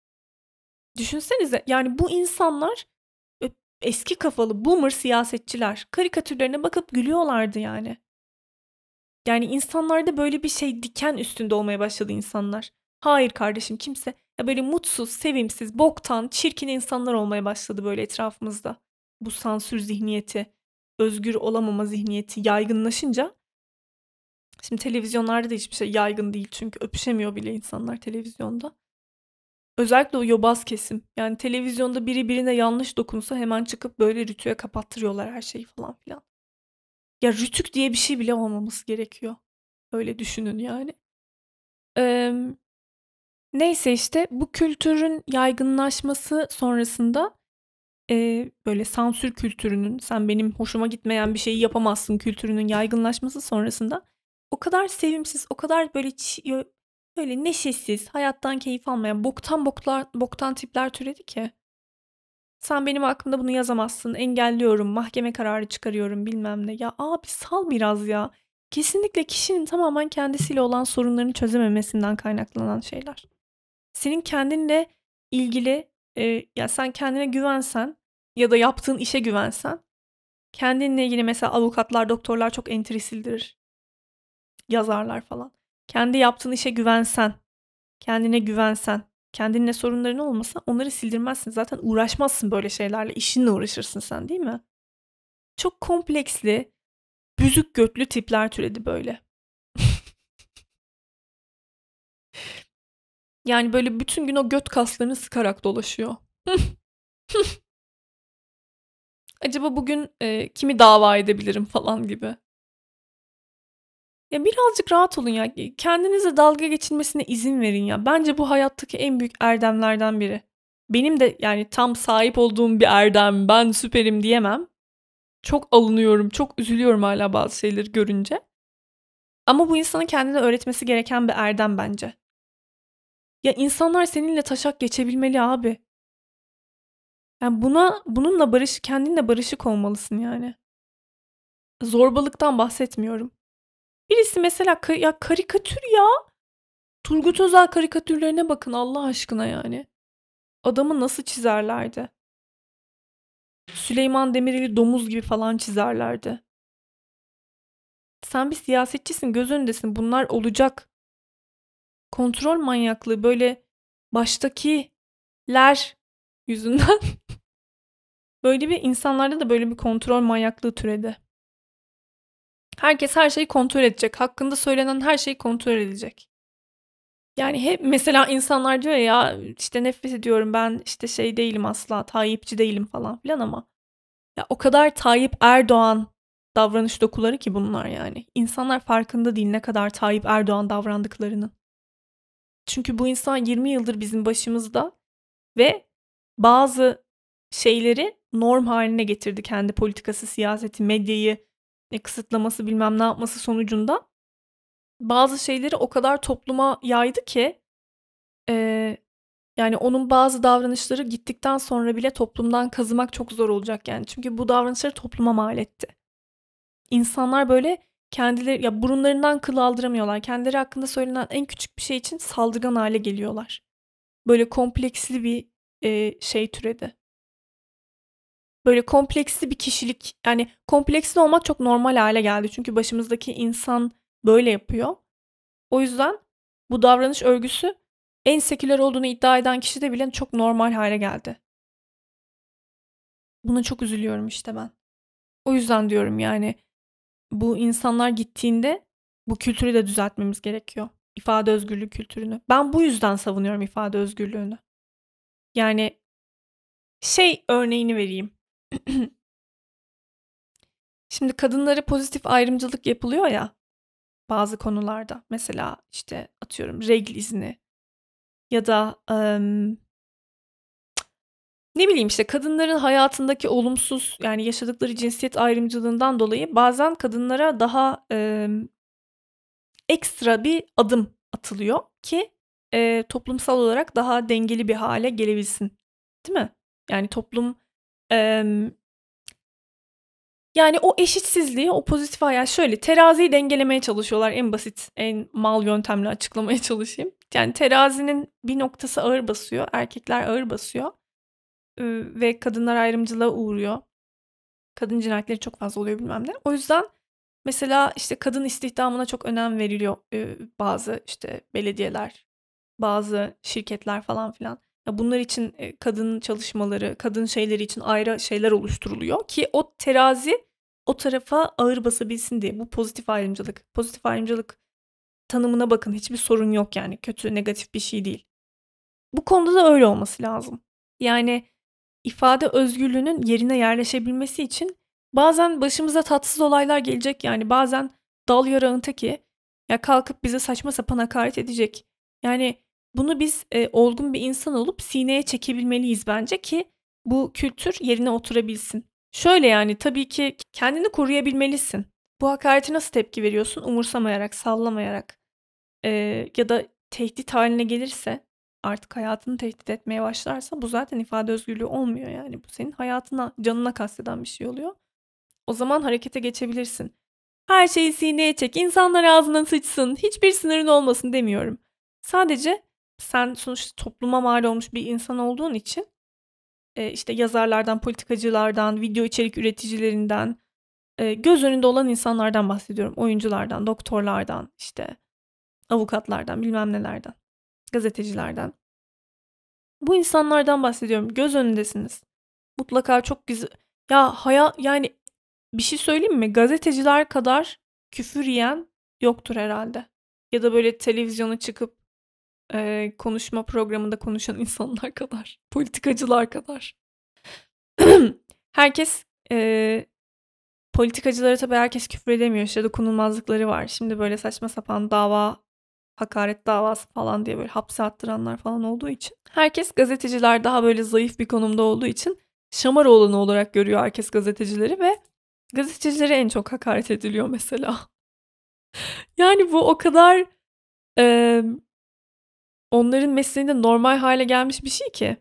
Düşünsenize, yani bu insanlar e, eski kafalı boomer siyasetçiler karikatürlerine bakıp gülüyorlardı yani. Yani insanlarda böyle bir şey, diken üstünde olmaya başladı insanlar. Hayır kardeşim, kimse ya böyle mutsuz, sevimsiz, boktan, çirkin insanlar olmaya başladı böyle etrafımızda. Bu sansür zihniyeti, özgür olamama zihniyeti yaygınlaşınca, şimdi televizyonlarda da hiçbir şey yaygın değil çünkü öpüşemiyor bile insanlar televizyonda. Özellikle o yobaz kesim. Yani televizyonda biri birine yanlış dokunsa hemen çıkıp böyle rütüye kapattırıyorlar her şeyi falan filan. Ya rütük diye bir şey bile olmaması gerekiyor. Öyle düşünün yani. Ee, neyse işte bu kültürün yaygınlaşması sonrasında e, böyle sansür kültürünün, sen benim hoşuma gitmeyen bir şeyi yapamazsın kültürünün yaygınlaşması sonrasında o kadar sevimsiz, o kadar böyle çi- böyle neşesiz, hayattan keyif almayan boktan boklar, boktan tipler türedi ki. Sen benim hakkımda bunu yazamazsın, engelliyorum, mahkeme kararı çıkarıyorum bilmem ne. Ya abi sal biraz ya. Kesinlikle kişinin tamamen kendisiyle olan sorunlarını çözememesinden kaynaklanan şeyler. Senin kendinle ilgili e, ya sen kendine güvensen ya da yaptığın işe güvensen, kendinle ilgili mesela avukatlar, doktorlar çok entry sildirir. Yazarlar falan. Kendi yaptığın işe güvensen, kendine güvensen, kendinle sorunların olmasa onları sildirmezsin. Zaten uğraşmazsın böyle şeylerle. İşinle uğraşırsın sen, değil mi? Çok kompleksli, büzük götlü tipler türedi böyle. Yani böyle bütün gün o göt kaslarını sıkarak dolaşıyor. Acaba bugün e, kimi dava edebilirim falan gibi. Ya birazcık rahat olun ya. Kendinize dalga geçilmesine izin verin ya. Bence bu hayattaki en büyük erdemlerden biri. Benim de yani tam sahip olduğum bir erdem, ben süperim diyemem. Çok alınıyorum, çok üzülüyorum hala bazı şeyleri görünce. Ama bu insanın kendine öğretmesi gereken bir erdem bence. Ya insanlar seninle taşak geçebilmeli abi. Yani buna, bununla barış, kendinle barışık olmalısın yani. Zorbalıktan bahsetmiyorum. Birisi mesela ka- ya karikatür ya. Turgut Özal karikatürlerine bakın Allah aşkına yani. Adamı nasıl çizerlerdi? Süleyman Demirel'i domuz gibi falan çizerlerdi. Sen bir siyasetçisin, göz önündesin. Bunlar olacak. Kontrol manyaklığı böyle baştakiler yüzünden böyle bir insanlarda da böyle bir kontrol manyaklığı türedi. Herkes her şeyi kontrol edecek. Hakkında söylenen her şeyi kontrol edecek. Yani hep mesela insanlar diyor ya işte nefret ediyorum ben işte şey değilim asla Tayyipçi değilim falan filan ama ya o kadar Tayyip Erdoğan davranış dokuları ki bunlar yani. İnsanlar farkında değil ne kadar Tayyip Erdoğan davrandıklarının. Çünkü bu insan yirmi yıldır bizim başımızda ve bazı şeyleri norm haline getirdi kendi politikası, siyaseti, medyayı e, kısıtlaması bilmem ne yapması sonucunda. Bazı şeyleri o kadar topluma yaydı ki e, yani onun bazı davranışları gittikten sonra bile toplumdan kazımak çok zor olacak yani. Çünkü bu davranışları topluma mal etti. İnsanlar böyle kendileri ya burunlarından kıl aldıramıyorlar. Kendileri hakkında söylenen en küçük bir şey için saldırgan hale geliyorlar. Böyle kompleksli bir e, şey türedi. Böyle kompleksli bir kişilik yani kompleksli olmak çok normal hale geldi. Çünkü başımızdaki insan böyle yapıyor. O yüzden bu davranış örgüsü en seküler olduğunu iddia eden kişi de bile çok normal hale geldi. Buna çok üzülüyorum işte ben. O yüzden diyorum yani bu insanlar gittiğinde bu kültürü de düzeltmemiz gerekiyor. İfade özgürlüğü kültürünü. Ben bu yüzden savunuyorum ifade özgürlüğünü. Yani şey örneğini vereyim. Şimdi kadınlara pozitif ayrımcılık yapılıyor ya bazı konularda. Mesela işte atıyorum regl izni ya da ım, ne bileyim işte kadınların hayatındaki olumsuz yani yaşadıkları cinsiyet ayrımcılığından dolayı bazen kadınlara daha ım, ekstra bir adım atılıyor ki e, toplumsal olarak daha dengeli bir hale gelebilsin. Değil mi? Yani toplum ım, yani o eşitsizliği, o pozitif hayal şöyle teraziyi dengelemeye çalışıyorlar en basit, en mal yöntemle açıklamaya çalışayım. Yani terazinin bir noktası ağır basıyor, erkekler ağır basıyor ıı, ve kadınlar ayrımcılığa uğruyor. Kadın cinayetleri çok fazla oluyor bilmem ne. O yüzden mesela işte kadın istihdamına çok önem veriliyor ıı, bazı işte belediyeler, bazı şirketler falan filan. Ya bunlar için e, kadın çalışmaları, kadın şeyleri için ayrı şeyler oluşturuluyor ki o terazi o tarafa ağır basabilsin diye. Bu pozitif ayrımcılık. Pozitif ayrımcılık tanımına bakın hiçbir sorun yok yani. Kötü, negatif bir şey değil. Bu konuda da öyle olması lazım. Yani ifade özgürlüğünün yerine yerleşebilmesi için bazen başımıza tatsız olaylar gelecek yani bazen dal yarağın teki ya kalkıp bize saçma sapan hakaret edecek. Yani bunu biz e, olgun bir insan olup sineye çekebilmeliyiz bence ki bu kültür yerine oturabilsin. Şöyle yani tabii ki kendini koruyabilmelisin. Bu hakareti nasıl tepki veriyorsun? Umursamayarak, sallamayarak e, ya da tehdit haline gelirse artık hayatını tehdit etmeye başlarsa bu zaten ifade özgürlüğü olmuyor yani. Bu senin hayatına, canına kasteden bir şey oluyor. O zaman harekete geçebilirsin. Her şeyi sineye çek, insanlar ağzına sıçsın, hiçbir sınırın olmasın demiyorum. Sadece sen sonuçta topluma mal olmuş bir insan olduğun için e, işte yazarlardan, politikacılardan, video içerik üreticilerinden, e, göz önünde olan insanlardan bahsediyorum. Oyunculardan, doktorlardan, işte avukatlardan, bilmem nelerden, gazetecilerden. Bu insanlardan bahsediyorum. Göz önündesiniz. Mutlaka çok güzel. Ya hayat yani bir şey söyleyeyim mi? Gazeteciler kadar küfür yiyen yoktur herhalde. Ya da böyle televizyona çıkıp e, konuşma programında konuşan insanlar kadar. Politikacılar kadar. Herkes e, politikacılara tabii herkes küfür edemiyor. İşte dokunulmazlıkları var. Şimdi böyle saçma sapan dava, hakaret davası falan diye böyle hapse attıranlar falan olduğu için. Herkes gazeteciler daha böyle zayıf bir konumda olduğu için şamar olanı olarak görüyor herkes gazetecileri ve gazetecilere en çok hakaret ediliyor mesela. Yani bu o kadar e, onların mesleğinde normal hale gelmiş bir şey ki.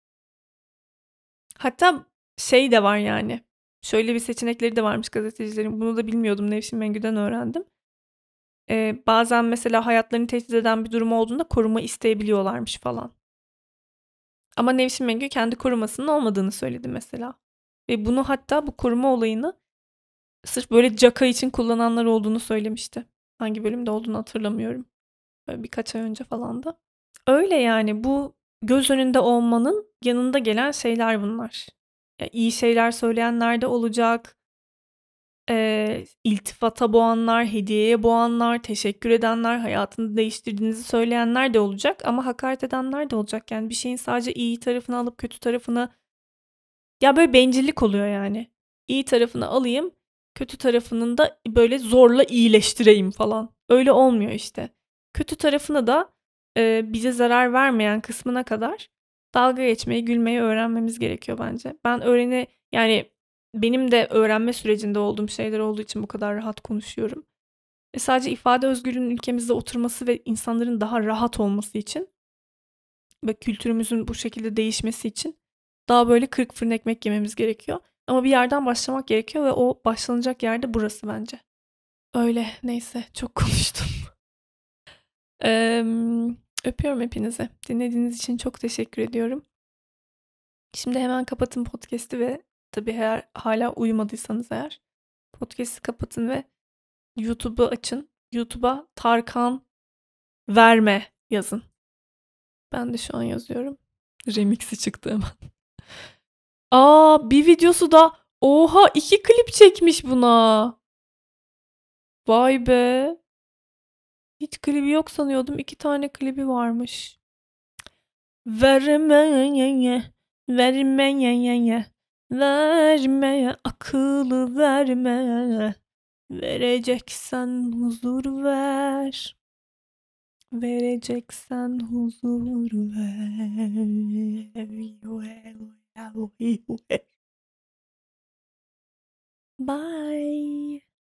Hatta şey de var yani. Şöyle bir seçenekleri de varmış gazetecilerin. Bunu da bilmiyordum. Nevşin Mengü'den öğrendim. Ee, bazen mesela hayatlarını tehdit eden bir durum olduğunda koruma isteyebiliyorlarmış falan. Ama Nevşin Mengü kendi korumasının olmadığını söyledi mesela. Ve bunu hatta bu koruma olayını sırf böyle caka için kullananlar olduğunu söylemişti. Hangi bölümde olduğunu hatırlamıyorum. Böyle birkaç ay önce falan da. Öyle yani bu göz önünde olmanın yanında gelen şeyler bunlar. Ya iyi şeyler söyleyenler de olacak. E, iltifata boğanlar, hediyeye boğanlar, teşekkür edenler, hayatını değiştirdiğinizi söyleyenler de olacak. Ama hakaret edenler de olacak. Yani bir şeyin sadece iyi tarafını alıp kötü tarafını... Ya böyle bencillik oluyor yani. İyi tarafını alayım, kötü tarafının da böyle zorla iyileştireyim falan. Öyle olmuyor işte. Kötü tarafını da e, bize zarar vermeyen kısmına kadar dalga geçmeyi, gülmeyi öğrenmemiz gerekiyor bence. Ben öğrene yani benim de öğrenme sürecinde olduğum şeyler olduğu için bu kadar rahat konuşuyorum. E sadece ifade özgürlüğünün ülkemizde oturması ve insanların daha rahat olması için ve kültürümüzün bu şekilde değişmesi için daha böyle kırk fırın ekmek yememiz gerekiyor. Ama bir yerden başlamak gerekiyor ve o başlanacak yer de burası bence. Öyle neyse çok konuştum. Ee, öpüyorum hepinizi. Dinlediğiniz için çok teşekkür ediyorum. Şimdi hemen kapatın podcast'i ve tabii eğer hala uyumadıysanız eğer podcast'i kapatın ve YouTube'u açın. YouTube'a Tarkan Verme yazın. Ben de şu an yazıyorum. Remix'i çıktı hemen. Aa, bir videosu da oha iki klip çekmiş buna. Vay be. Hiç klibi yok sanıyordum. İki tane klibi varmış. Vermeye, vermeye, vermeye, akıllı verme. Vereceksen huzur ver. Vereceksen huzur ver. Bye.